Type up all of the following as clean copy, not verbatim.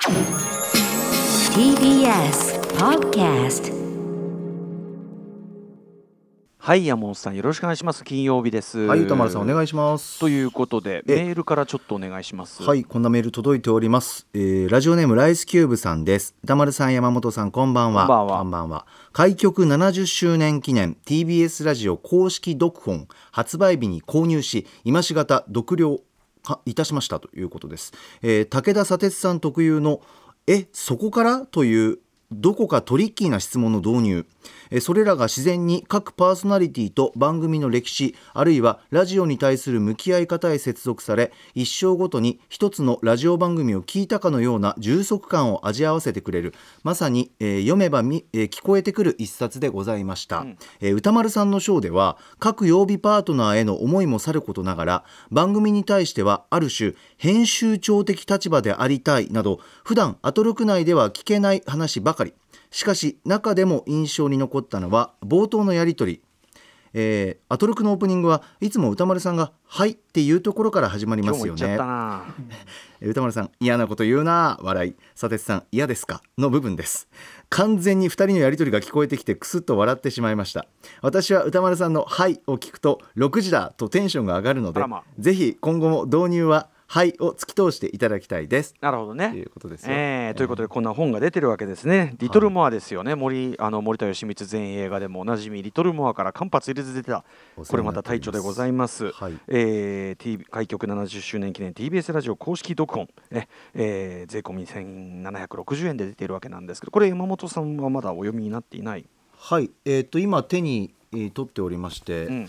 TBS Podcast。 はい、山本さんよろしくお願いします。金曜日です。 はい、歌丸さんお願いします。 ということでメールからちょっとお願いします。 はい、こんなメール届いております。ラジオネームライスキューブさんです。歌丸さん、山本さん、こんばんは。こんばんは。開局70周年記念 TBS ラジオ公式読本発売日に購入し、今しがた読了いたしましたということです。武田砂鉄さん特有のそこからというどこかトリッキーな質問の導入、それらが自然に各パーソナリティと番組の歴史、あるいはラジオに対する向き合い方へ接続され、一生ごとに一つのラジオ番組を聞いたかのような充足感を味合わせてくれる、まさに、読めば聞こえてくる一冊でございました。歌丸さんのショーでは各曜日パートナーへの思いもさることながら、番組に対してはある種編集長的立場でありたいなど、普段アトロク内では聞けない話ばかり。しかし中でも印象に残ったのは冒頭のやり取り、アトロクのオープニングはいつも歌丸さんがはいっていうところから始まりますよね。 今日も言っちゃったな。 歌丸さん、嫌なこと言うな笑い、砂鉄さん嫌ですかの部分です。完全に2人のやり取りが聞こえてきてクスッと笑ってしまいました。私は歌丸さんのはいを聞くと6時だとテンションが上がるので、ぜひ今後も導入ははいを突き通していただきたいです。 なるほどね。 ということですよ。 ということでこんな本が出てるわけですね。リトルモアですよね。森田義満全映画でもおなじみリトルモアから間髪入れず出てた。これまた大著でございます。はい、開局70周年記念 TBS ラジオ公式読本、税込み1760円で出ているわけなんですけど、これ山本さんはまだお読みになっていない。 はい、今手に、取っておりまして、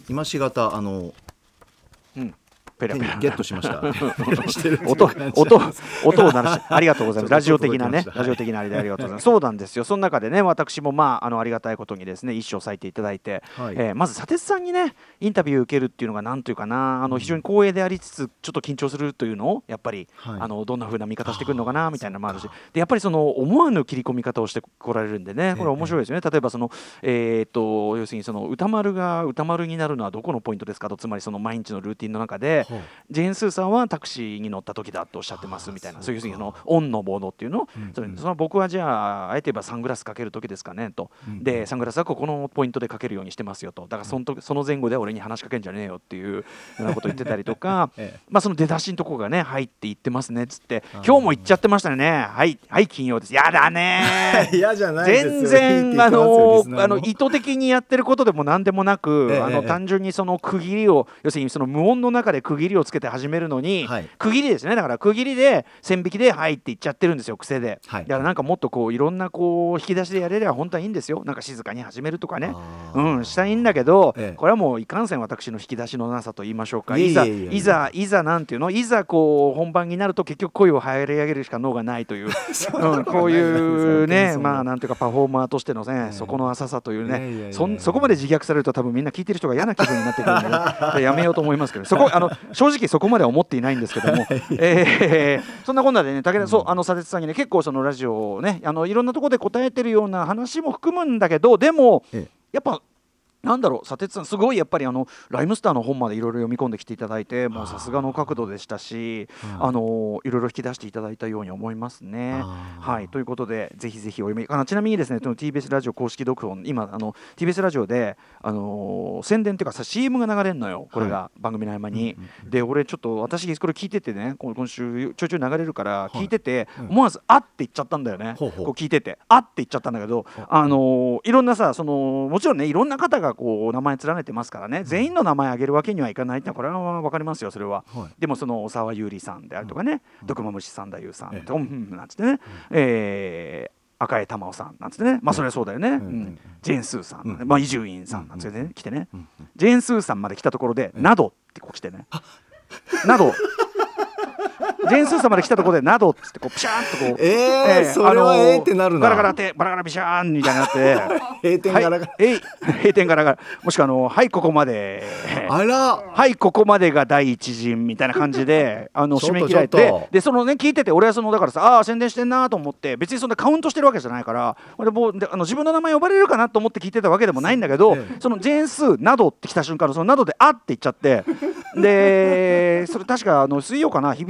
今しがたペラペラゲットしました音を鳴らしてありがとうございます。ラジオ的なね、ラジオ的なあれでありがとうございます。そうなんですよ。その中でね、私もありがたいことにですね、一章割いていただいて、まず砂鉄さんにねインタビューを受けるっていうのがなんというかな、非常に光栄でありつつちょっと緊張するというのをやっぱり、どんな風な見方してくるのかなみたいなのもあるし、でやっぱりその思わぬ切り込み方をしてこられるんでね、これ面白いですよね。例えばその要するにその歌丸が歌丸になるのはどこのポイントですかと、つまりその毎日のルーティンの中でジェーン・スーさんはタクシーに乗った時だとおっしゃってますみたいな、そういうそのオンのモードっていうのを、その僕はじゃああえて言えばサングラスかける時ですかねと、でサングラスはここのポイントでかけるようにしてますよと、だからその前後で俺に話しかけんじゃねえよっていうようなことを言ってたりとかその出だしのとこがね、はいって言ってますねっつって、今日も言っちゃってましたね。はい金曜です。やだね嫌じゃないですよ。 全然意図的にやってることでも何でもなく、単純にその区切りを、要するにその無音の中で区切りをつけて始めるのに、区切りですね。だから区切りで線引きではいって言っちゃってるんですよ、癖で。だからなんかもっとこういろんなこう引き出しでやれれば本当はいいんですよ。なんか静かに始めるとかね、したいんだけど、これはもういかんせん私の引き出しのなさと言いましょうか。いざなんていうの、いざこう本番になると結局声を張り上げるしか脳がないというこういうね、なんていうかパフォーマーとしてのね、そこの浅さというね、そこまで自虐されると多分みんな聞いてる人が嫌な気分になってくるのでやめようと思いますけど、正直そこまでは思っていないんですけどもそんなこんなでね、砂鉄さんにね結構そのラジオをねいろんなところで答えてるような話も含むんだけど、でもやっぱなんだろう、砂鉄さんすごいやっぱりライムスターの本までいろいろ読み込んできていただいて、もうさすがの角度でしたし、いろいろ引き出していただいたように思いますね。はい、ということでぜひぜひお読み、ちなみにですね、TBS ラジオ公式読本、今TBS ラジオで宣伝っていうかさ CM が流れるのよ、これが番組の合間に。で俺ちょっと私これ聞いててね、今週ちょいちょい流れるから聞いてて、思わずあって言っちゃったんだよね。こう聞いててあって言っちゃったんだけど、いろんなさ、もちろんねいろんな方がこう名前連ねてますからね、全員の名前挙げるわけにはいかないってのはこれは分かりますよ、それは。でもその小沢優里さんであるとかね、毒マムシ三太夫さんとかなんつってね、赤江玉緒さんなんつってね、それはそうだよね、ジェーン・スーさん、伊集院さんなんつってね来てね、ジェーン・スーさんまで来たところでなどってこう来てね、などジェーン・スーさんまで来たところでなどっつってこうピシャーンとこう、 それはってなるな、 ガラガラってバラガラビシャーンみたいになって閉店ガラガラ、 閉店ガラガラ、もしくははいここまで、はいここまでが第一陣みたいな感じで締め切られて、でそのね聞いてて、俺はだからさ宣伝してんなと思って、別にそんなカウントしてるわけじゃないから、俺も自分の名前呼ばれるかなと思って聞いてたわけでもないんだけど、そのジェーン・スーなどって来た瞬間のそのなどであって言っちゃって、でそれ確か水曜かな、日比さんの日か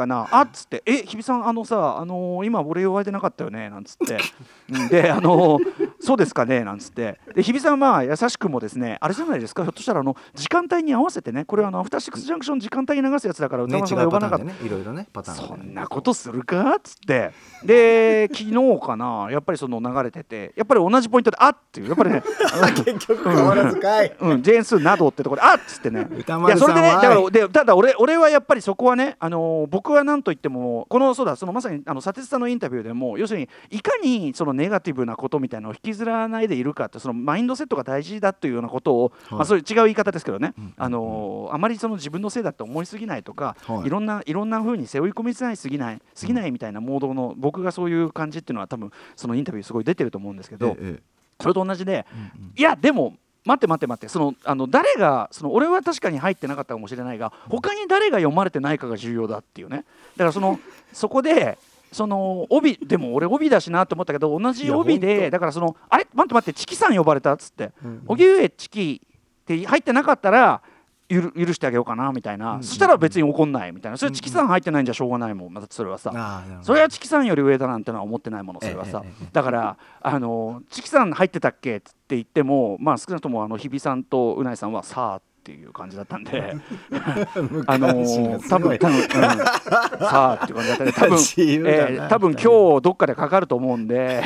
なあっつって日比さんさ今俺呼ばれてなかったよねなんつってでそうですかねなんつってで日比さんは優しくもですねあれじゃないですかひょっとしたら時間帯に合わせてねこれアフターシックスジャンクション時間帯に流すやつだから歌丸さんが呼ばなかった、 いろいろねパターン、 そんなことするかっつってで昨日かなやっぱり流れててやっぱり同じポイントであっていうやっぱりね結局変わらずかい、 ジェーンスーなどってところであっつってね歌丸さんはだからでただ俺はやっぱりそこはね僕は何と言ってもそうだまさに佐哲さんのインタビューでも要するにいかにネガティブなことみたいなのを引きずらないでいるかってマインドセットが大事だというようなことを、はいそういう違う言い方ですけどね、あまり自分のせいだって思いすぎないとか、はい、いろんな風に背負い込みすぎないみたいなモードの僕がそういう感じっていうのは多分そのインタビューすごい出てると思うんですけど、それと同じで、いやでも待って誰が俺は確かに入ってなかったかもしれないが他に誰が読まれてないかが重要だっていうねだからそこで帯でも俺帯だしなと思ったけど同じ帯でだからあれ待ってチキさん呼ばれたっつって荻上チキって入ってなかったら許してあげようかなみたいな、そしたら別に怒んないみたいなそれチキさん入ってないんじゃしょうがないもんまたそれはさそれはチキさんより上だなんてのは思ってないものそれはさだからチキさん入ってたっけって言ってもまあ少なくとも日比さんとうないさんはさあっていう感じだったんで多分さあっていう感じだったんで多分今日どっかでかかると思うんで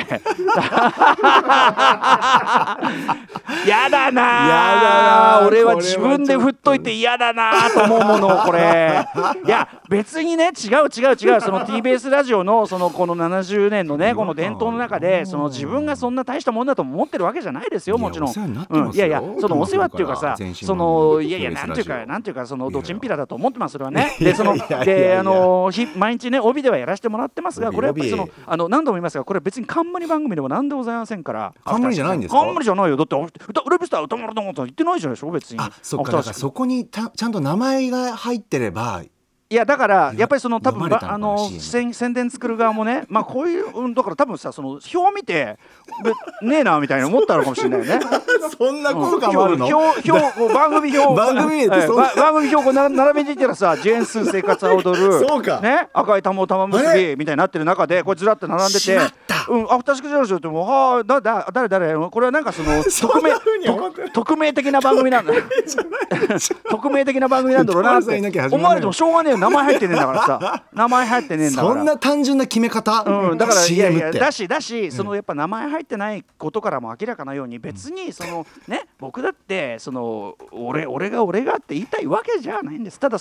やだな俺は自分で振っといて嫌だなと思うものこれいや別にね違うTBS ラジオのこの70年のねこの伝統の中で自分がそんな大したもんだと思ってるわけじゃないですよもちろんいやお世話っていうかさいやなんていうかドチンピラだと思ってますそれはねで毎日ね帯ではやらせてもらってますがこれやっぱり何度も言いますがこれ別に冠番組でも何でもございませんから冠じゃないんですか冠じゃないよだってウルブスター歌丸のこと言ってないじゃないでしょ別にそっかだからそこにちゃんと名前が入ってればいやだからやっぱり多分宣伝作る側もねまあこういうだから多分さ表見てねえなみたいに思ったのかもしれないよねそんな効果もあるの番組表こう並べていったらさジェーンスー生活は踊るね赤い玉結びみたいになってる中でこれずらって並んでてアフターシックスジャンクションってもはあ誰これはなんか匿名的な番組なんだ匿名的な番組なんだろうなって思われてもしょうがねえ名前入ってねえんだからさそんな単純な決め方、 だからいやだしやっぱ名前入ってないことからも明らかなように別にね僕だって俺がって言いたいわけじゃないんですただ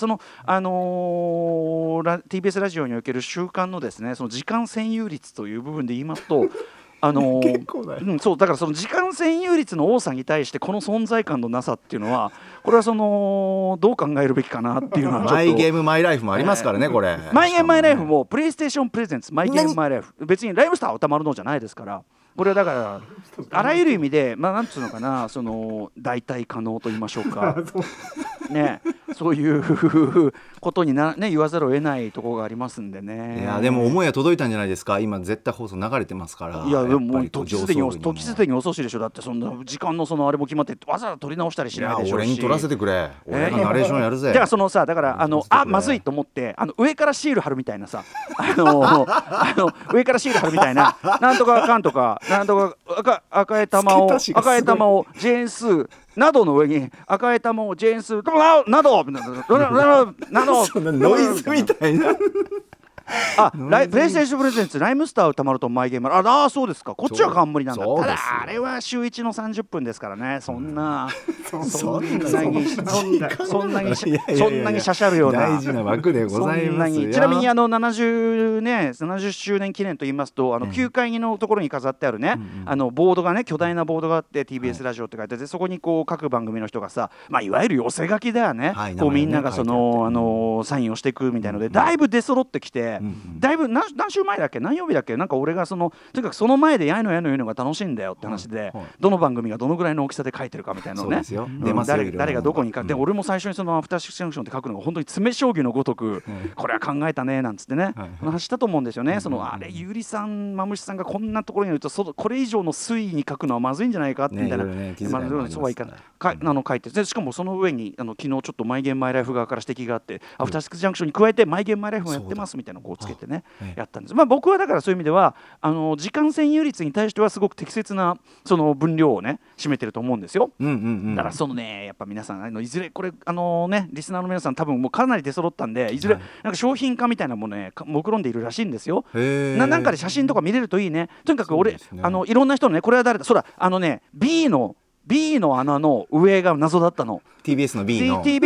TBS ラジオにおける週間のですね時間占有率という部分で言いますとそうだから時間占有率の多さに対してこの存在感のなさっていうのはこれはどう考えるべきかなっていうのはちょっとマイゲームマイライフもありますからねこれマイゲームマイライフもプレイステーションプレゼンツマイゲームマイライフ別にライムスター歌丸のじゃないですからこれはだからあらゆる意味でなんつうのかな代替可能と言いましょうかねそういうことに言わざるを得ないところがありますんでねいやでも思いは届いたんじゃないですか今絶対放送流れてますからいやでも時すでに遅しでしょだってそんな時間のあれも決まってわざわざ撮り直したりしないでしょうし俺に撮らせてくれ俺がナレーションやるぜだからだからまずいと思って上からシール貼るみたいなさ上からシール貼るみたいななんとかかんとかなんとか赤い玉をジェーンスーなどの上に赤い玉をジェーンスーなどそんなノイズみたいなプレイステーションプレゼンツライムスター歌丸とマイゲームそうですかこっちは冠なんだただあれは週1の30分ですからねそんなにシャシャるような大事な枠でございますよちなみに70周年記念と言いますと9階のところに飾ってあるねボードがね巨大なボードがあって TBS ラジオって書いててそこに各番組の人がさいわゆる寄せ書きだよねみんながサインをしていくみたいのでだいぶ出揃ってきてで、だいぶ何週前だっけ、何曜日だっけ、なんか俺がとにかくその前でやいの言うのが楽しいんだよって話で、どの番組がどのぐらいの大きさで書いてるかみたいなのね、誰がどこに書いて、俺も最初にそのアフターシックスジャンクションって書くのが本当に詰将棋のごとく、これは考えたねなんつってね、話したと思うんですよね。あれゆりさんマムシさんがこんなところにいるとこれ以上の推移に書くのはまずいんじゃないかみたいな、そうはいかない書いて、でしかもその上に昨日ちょっとマイゲームマイライフ側から指摘があって、アフターシックスジャンクションに加えてマイゲームマイライフもやってますみたいなのをこうつけてねやったんです。僕はだからそういう意味では時間占有率に対してはすごく適切なその分量をね占めてると思うんですよ。だからやっぱ皆さんいずれこれリスナーの皆さん多分もうかなり出揃ったんで、いずれなんか商品化みたいなものね目論んでいるらしいんですよ。なんかで写真とか見れるといいね。とにかく俺、いろんな人のね、これは誰だ、そうだB の穴の上が謎だったの。 TBS の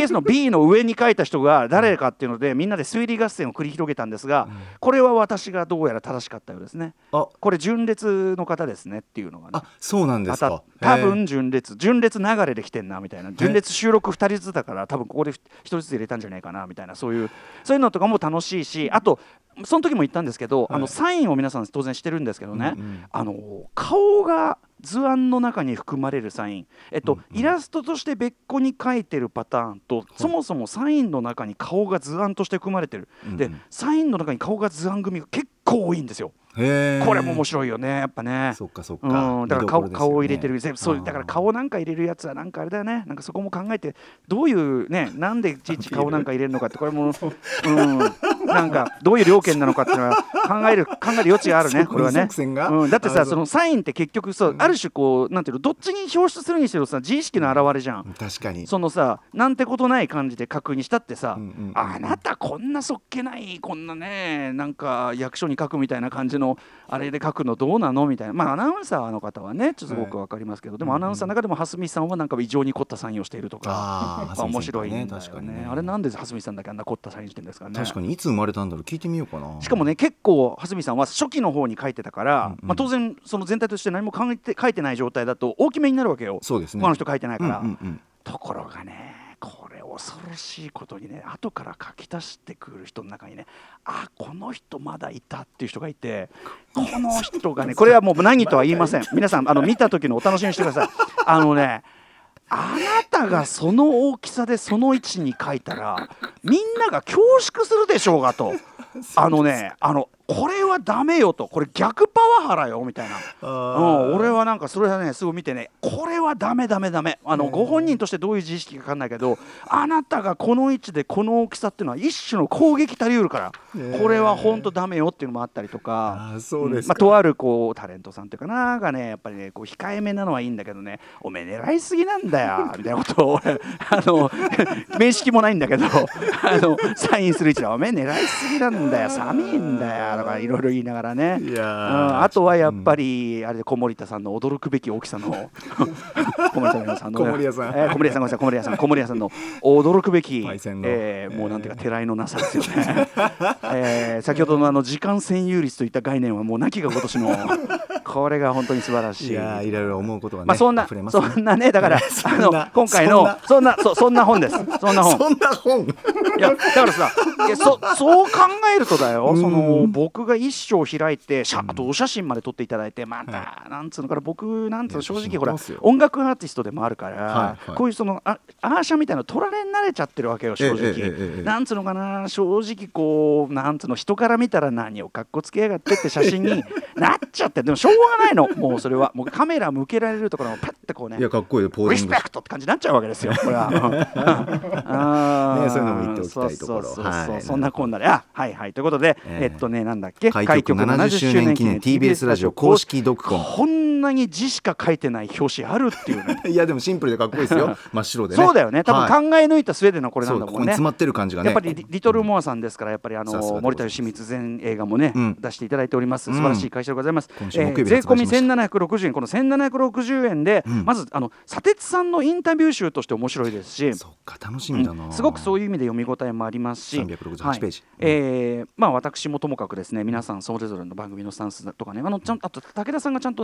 B の上に書いた人が誰かっていうのでみんなで推理合戦を繰り広げたんですが、これは私がどうやら正しかったようですね。これ純烈の方ですねっていうのがね。 そうなんですか。 多分純烈流れで来てんなみたいな、純烈収録2人ずつだから多分ここで1人ずつ入れたんじゃないかなみたいな、そういうのとかも楽しいし、あとその時も言ったんですけど、サインを皆さん当然してるんですけどね、顔が図案の中に含まれるサイン、イラストとして別個に描いてるパターンと、そもそもサインの中に顔が図案として含まれてる、でサインの中に顔が図案組が結構多いんですよ。これも面白いよねやっぱね。 そっかだから顔を入れてる、そうだから顔なんか入れるやつはなんかあれだよね、なんかそこも考えて、どういうね、なんでいちいち顔なんか入れるのかって、これもなんかどういう料件なのかっていうのは考える余地があるねこれはね。だってさ、そのサインって結局さ、ある種こうなんていうの、どっちに表出するにしてもさ自意識の表れじゃん。 確かにそのさ、なんてことない感じで書くにしたってさ、あなたこんなそっけないこんなね、なんか役所に書くみたいな感じのあれで書くのどうなのみたいな。アナウンサーの方はねちょっとすごく分かりますけど、でもアナウンサーの中でも蓮見さんはなんか異常に凝ったサインをしているとか、面白いんだよね。確かにね、あれなんで蓮見さんだけあんな凝ったサインしてるんですかね。 確かにいつ生まれたんだろう、聞いてみようかな。 しかもね結構蓮見さんは初期の方に書いてたから、当然その全体として何も書いてない状態だと大きめになるわけよ。 そうですね、 他の人書いてないから、ところがねこれ恐ろしいことにね、後から書き足してくる人の中にね、この人まだいたっていう人がいて、この人がねこれはもう何とは言いません。皆さん見た時のお楽しみにしてください。あなたがその大きさでその位置に書いたらみんなが恐縮するでしょうがと。これはダメよと、これ逆パワハラよみたいな。俺はなんかそれはねすぐ見てね、これはダメご本人としてどういう自意識か分かんないけど、あなたがこの位置でこの大きさっていうのは一種の攻撃たりうるから、これは本当ダメよっていうのもあったりとか。 そうですか。 とあるこうタレントさんっていうかながね、やっぱりねこう控えめなのはいいんだけどね、おめえ狙いすぎなんだよみたいなことを面識もないんだけどサインする位置でおめえ狙いすぎなんだよ、寒いんだよとかいろいろ言いながらね。あとはやっぱりあれで小森田さんの驚くべき大きさの小森さんの小森屋さんの驚くべきもうなんていうかてらいのなさですよね。先ほどの時間占有率といった概念はもうなきが今年のこれが本当に素晴らしい。 いろいろ思うことがね、 そんなね、だから今回のそんな本です。そんな本いやだからさ、そう考えるとだよ、僕が一章開いてあとお写真まで撮っていただいて、またなんつうのから僕なんつうの正直ほら音楽アーティストでもあるから、こういうアーシャみたいなの撮られ慣れちゃってるわけよ正直。なんつうのかな、正直こうなんつうの、人から見たら何をかっこつけやがってって写真になっちゃって、でもしょうがないの、もうそれはもうカメラ向けられるところもパッてこうね、 いやかっこいいポーリスペクトって感じになっちゃうわけですよこれは。 そういうのも言っておきたいところ。 そんなこんなでということでなんだっけ、 開局70周年記念 TBS ラジオ公式読本。 こんなに字しか書いてない表紙あるっていうね。 いやでもシンプルでかっこいいですよ真っ白でね。 そうだよね、多分考え抜いた末でのこれなんだもんね。 ここに詰まってる感じがね、 やっぱりリトルモアさんですから、やっぱり森田義満全映画もね出していただいております。素晴らしい会社でございます。税込み1760円、この1760円でまず砂鉄さんのインタビュー集として面白いですし、 そっか楽しみだな。 すごくそういう意味で読み応えもありますし、 368ページ。 私もともかくですね、皆さんそれぞれの番組のスタンスとかね、あと武田さんがちゃんとね例えば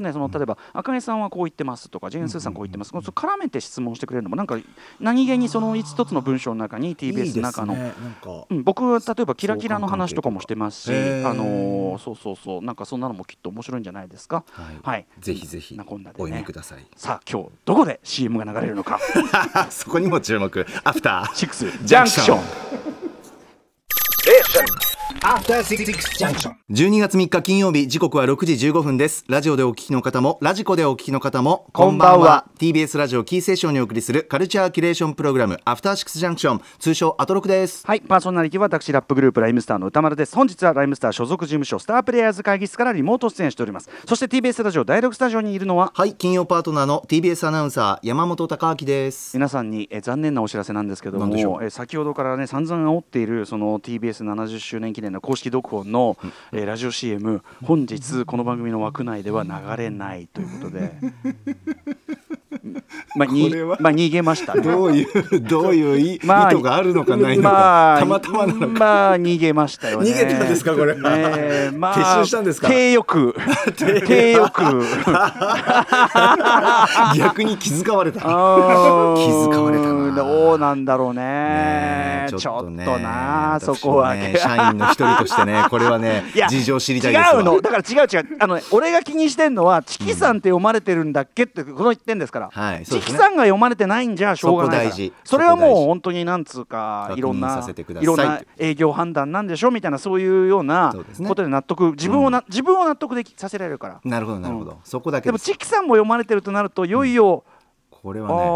えば赤根さんはこう言ってますとかジェーンスーさんこう言ってます、絡めて質問してくれるのもなんか何気にその一つの文章の中に TBS の中の、僕は例えばキラキラの話とかもしてますし、そうなんかそんなのもきっと面白いんじゃないですか。はい、ぜひぜひお読みください。さあ今日どこで CM が流れるのかそこにも注目。アフターシックスジャンクション。 12月3日金曜日、時刻は6時15分です。ラジオでお聞きの方もラジコでお聞きの方もこんばんは。 TBS ラジオキーステーションにお送りするカルチャーキュレーションプログラムアフターシックスジャンクション、通称アトロクです。 はい、パーソナリティは私ラップグループライムスターの歌丸です。本日はライムスター所属事務所スタープレイヤーズ会議室からリモート出演しております。そして TBS ラジオ第6スタジオにいるのは、 はい、金曜パートナーの TBS アナウンサー山本貴明です。 皆さんに残念なお知らせなんですけども、先ほどからね散々煽っているその TBS70 周年記念の公式読本の、ラジオ CM 本日この番組の枠内では流れないということで逃げましたね。 どういう意図があるのかないのか、たまたまなのか、 逃げましたよね。 逃げたんですかこれ、撤収したんですか。 低欲逆に気遣われたな。 どうなんだろうね。ちょっとな、そこはね、 社員の一人としてねこれはね事情知りたいですわ。 違うのだから違う俺が気にしてんのはチキさんって読まれてるんだっけってこの言ってんですから、チキさんが読まれてないんじゃしょうがないから、それはもう本当になんつうかいろんな営業判断なんでしょみたいな、そういうようなことで納得、自分を納得でさせられるから。 なるほど、そこだけでもチキさんも読まれてるとなるといよいよこれはね、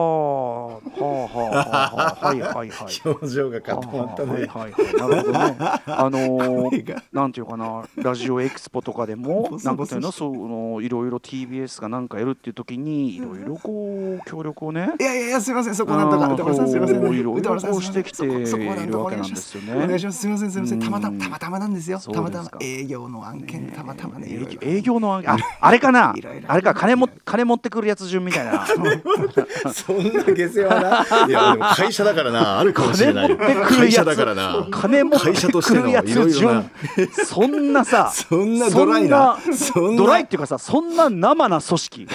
表情が固まったね。 なるほどね。なんていうかな、ラジオエクスポとかでもなんかいろいろ TBS がなんかやるっていう時にいろいろこう協力をね、 いやすみません、そこなんとか歌丸さんすみません、 いろいろこうしてきているわけなんですよね。 お願いします。すみません、たまたまなんですよ。たまたま営業の案件、たまたまね。 営業の案件、あれかな、あれか、金持ってくるやつ順みたいな。 そんな下世話な。いやでも会社だからな、あるかもしれない。会社だからな。 金持ってくるやつ順。そんなさ、 そんなドライな、 ドライっていうかさ、そんな生な組織。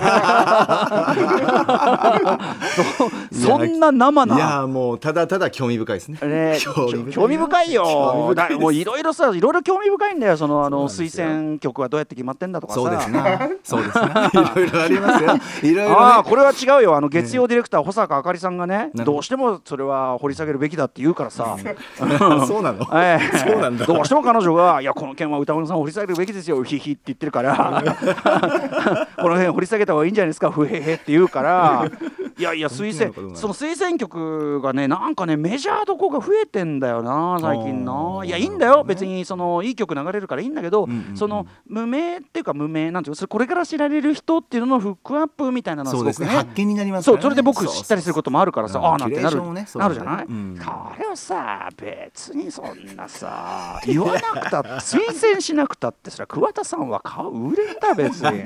そんな生な。 いやもうただ興味深いですね。 興味深いよ。もういろいろ興味深いんだよ。その推薦曲はどうやって決まってんだとかさ。 そうですね。いろいろありますよ。いろいろね。 これは違うよ。月曜ディレクター保坂あかりさんがね、どうしてもそれは掘り下げるべきだって言うからさ。 そうなの。 そうなんだ。どうしても彼女がいやこの件は歌丸さん掘り下げるべきですよヒヒって言ってるからこの辺掘り下げた方がいいんじゃないですかふへへって言うから、いやその推薦曲がね、なんかねメジャーどこが増えてんだよな最近な。いやいいんだよ別に、そのいい曲流れるからいいんだけど、その無名っていうか無名なんていうか、それこれから知られる人っていうののフックアップみたいなのはすごくね、 発見になります。 そう、それで僕知ったりすることもあるからさ、なんてなるじゃない。あれはさ別にそんなさ言わなくたって推薦しなくたってそれは桑田さんは売れた別に。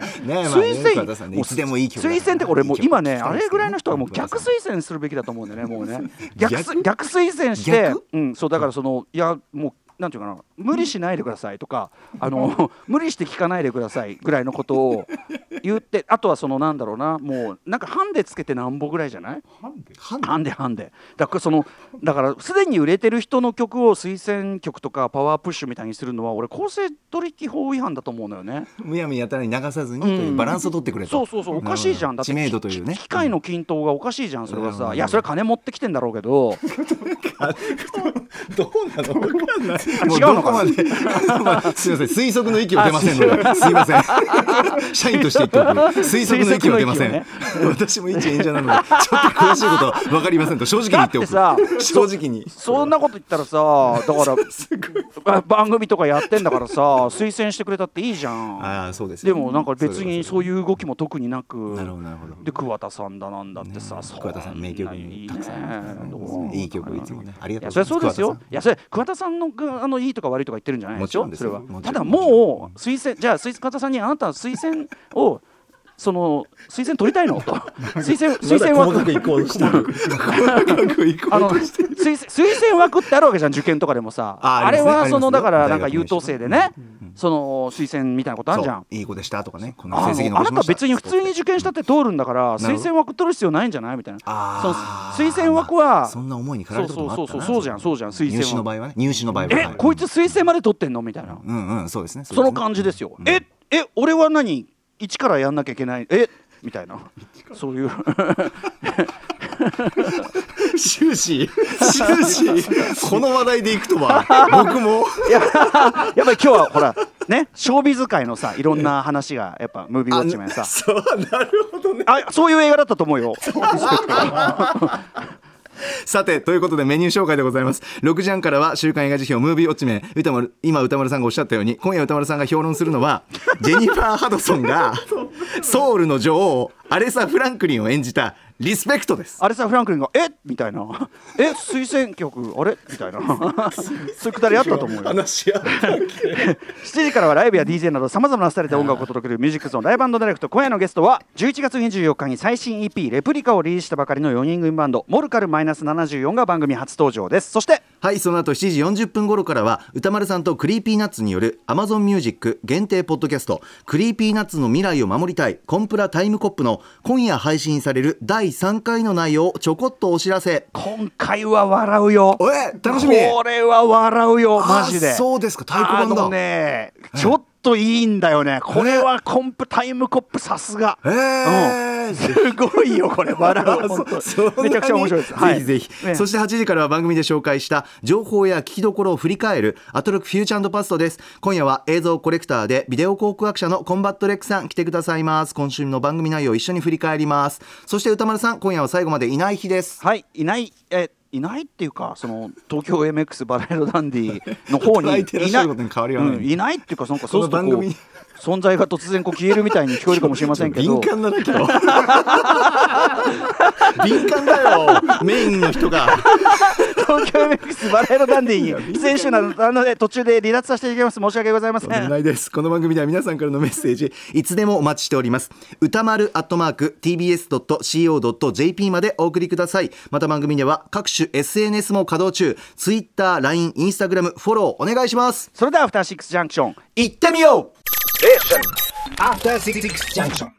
推薦って俺もう今ねあれぐらいの人はもう逆推薦するべきだと思うんだよね。もうね逆推薦して、そうだからいやもうなんていうかな、無理しないでくださいとか無理して聞かないでくださいぐらいのことを言って、あとはなんだろうな、もうなんかハンデつけてなんぼぐらいじゃない。ハンデだからすでに売れてる人の曲を推薦曲とかパワープッシュみたいにするのは俺公正取引法違反だと思うのよね。 むやみやたらに流さずにというバランスを取ってくれと。 そうおかしいじゃん。だって知名度というね、 機械の均等がおかしいじゃんそれはさ。いやそれは金持ってきてんだろうけどどうなの分かんない。 違うのかな。 すみません、推測の域を出ませんので、すみません。社員として言っておく、推測の域を出ません。私も一演者なので、ちょっと詳しいことは分かりませんと正直に言っておく。正直に。 そんなこと言ったらさ、だから番組とかやってんだからさ、推薦してくれたっていいじゃん。 そうです。 でもなんか別にそういう動きも特になく、 なるほど。 で桑田さんだなんだってさ、 桑田さん名曲にたくさんいい曲いつもねありがとうございます。 それそうですよ。いやそれ桑田さんのいいとか悪いとか言ってるんじゃないでしょ。それはただもう推薦、じゃあ桑田さんにあなたは推薦をその推薦取りたいのと推薦枠推薦枠ってあるわけじゃん、受験とかでもさ。あれはそのだからなんか優等生でね、その推薦みたいなことあるじゃん。 いい子でしたとかね、この成績残しました。 あなた別に普通に受験したって通るんだから推薦枠取る必要ないんじゃないみたいな。その推薦枠はそんな思いに駆られたこともあったな。 そうじゃん推薦入試の場合はね、入試の場合はこいつ推薦まで取ってんのみたいな。 そうですね。 その感じですよ。俺は何一からやんなきゃいけないみたいな、そういう終始この話題でいくとは僕もやっぱり今日はほらね、ショービズ界のさいろんな話がやっぱムービーウォッチメンさ、 そうなるほどね、 そういう映画だったと思うよさてということでメニュー紹介でございます。6時半からは週刊映画辞表ムービーウォッチメン。今歌丸さんがおっしゃったように、今夜歌丸さんが評論するのはジェニファー・ハドソンがソウルの女王アレサ・フランクリンを演じたリスペクトです。 アレサ・フランクリンがみたいな推薦曲あれみたいなそういうくだりあったと思うよ。 話あったっけ 7時からはライブや DJ などさまざまなスタイルで音楽を届けるミュージックゾーンライブ&ダイレクト。今夜のゲストは11月24日に最新 EP レプリカをリリースしたばかりの4人組バンドモルカル -74 が番組初登場です。そしてその後7時40分頃からは歌丸さんとクリーピーナッツによる Amazon Music 限定ポッドキャストクリーピーナッツの未来を守りたいコンプラタイムコップの今夜配信される第3回の内容をちょこっとお知らせ。 今回は笑うよ。 楽しみ。 これは笑うよマジで。 そうですか、太鼓判だ。 ちょっといいんだよねこれは。コンプタイムコップさすがすごいよこれ笑うめちゃくちゃ面白いです。 ぜひぜひ、そして8時からは番組で紹介した情報や聞きどころを振り返るアトロックフューチャー&パストです。今夜は映像コレクターでビデオ考古学者のコンバットレックさん来てくださいます。今週の番組内容を一緒に振り返ります。そして歌丸さん今夜は最後までいない日です。 いないっていうか、その東京 MX バラ色ダンディの方にいないっていうか、なんかそうするとこう存在が突然こう消えるみたいに聞こえるかもしれませんけど敏感だな今日敏感だよメインの人が東京 MX バラ色ダンディに出演者なので途中で離脱させていただきます。申し訳ございません。 ないです。この番組では皆さんからのメッセージいつでもお待ちしております。歌丸@tbs.co.jp までお送りください。また番組では各種 SNS も稼働中。 Twitter、LINE、Instagram フォローお願いします。 それではアフターシックスジャンクション行ってみよう。 After 66 junction.